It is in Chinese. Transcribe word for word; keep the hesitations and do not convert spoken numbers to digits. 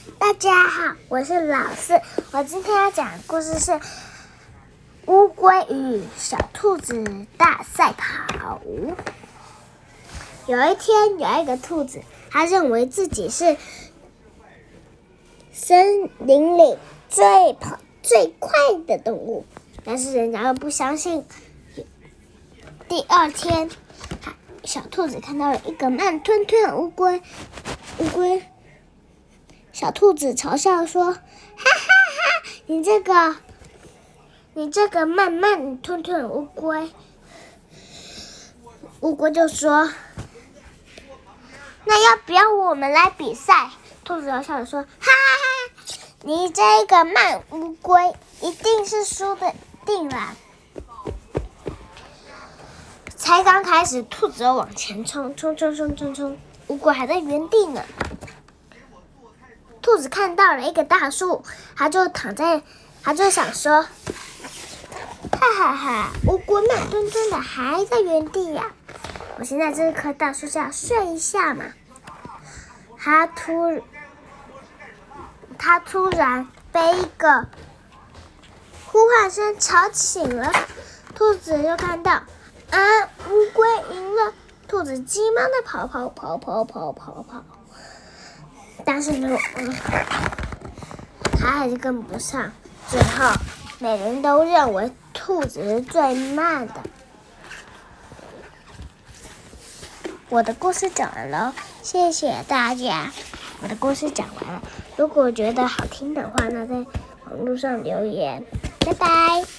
大家好，我是老四。我今天要讲的故事是乌龟与小兔子大赛跑。有一天，有一个兔子，它认为自己是森林里最跑最快的动物，但是人家又不相信。第二天，小兔子看到了一个慢吞吞的乌龟，乌龟。小兔子嘲笑说：“哈哈哈，你这个，你这个慢慢吞吞的乌龟。”乌龟就说：“那要不要我们来比赛？”兔子嘲笑地说：“哈哈哈，你这个慢乌龟一定是输的定了。”才刚开始，兔子又往前冲，冲冲冲冲冲，乌龟还在原地呢。兔子看到了一个大树，它就躺在，它就想说：“哈哈哈，乌龟慢吞吞的还在原地呀！我现在这棵大树下睡一下嘛。”它突，它突然被一个呼唤声吵醒了，兔子就看到，啊，乌龟赢了！兔子急忙的跑跑跑跑跑跑跑。但是呢，嗯，他还是跟不上。最后，每人都认为兔子是最慢的。我的故事讲完了，谢谢大家。我的故事讲完了，如果觉得好听的话，那在网络上留言。拜拜。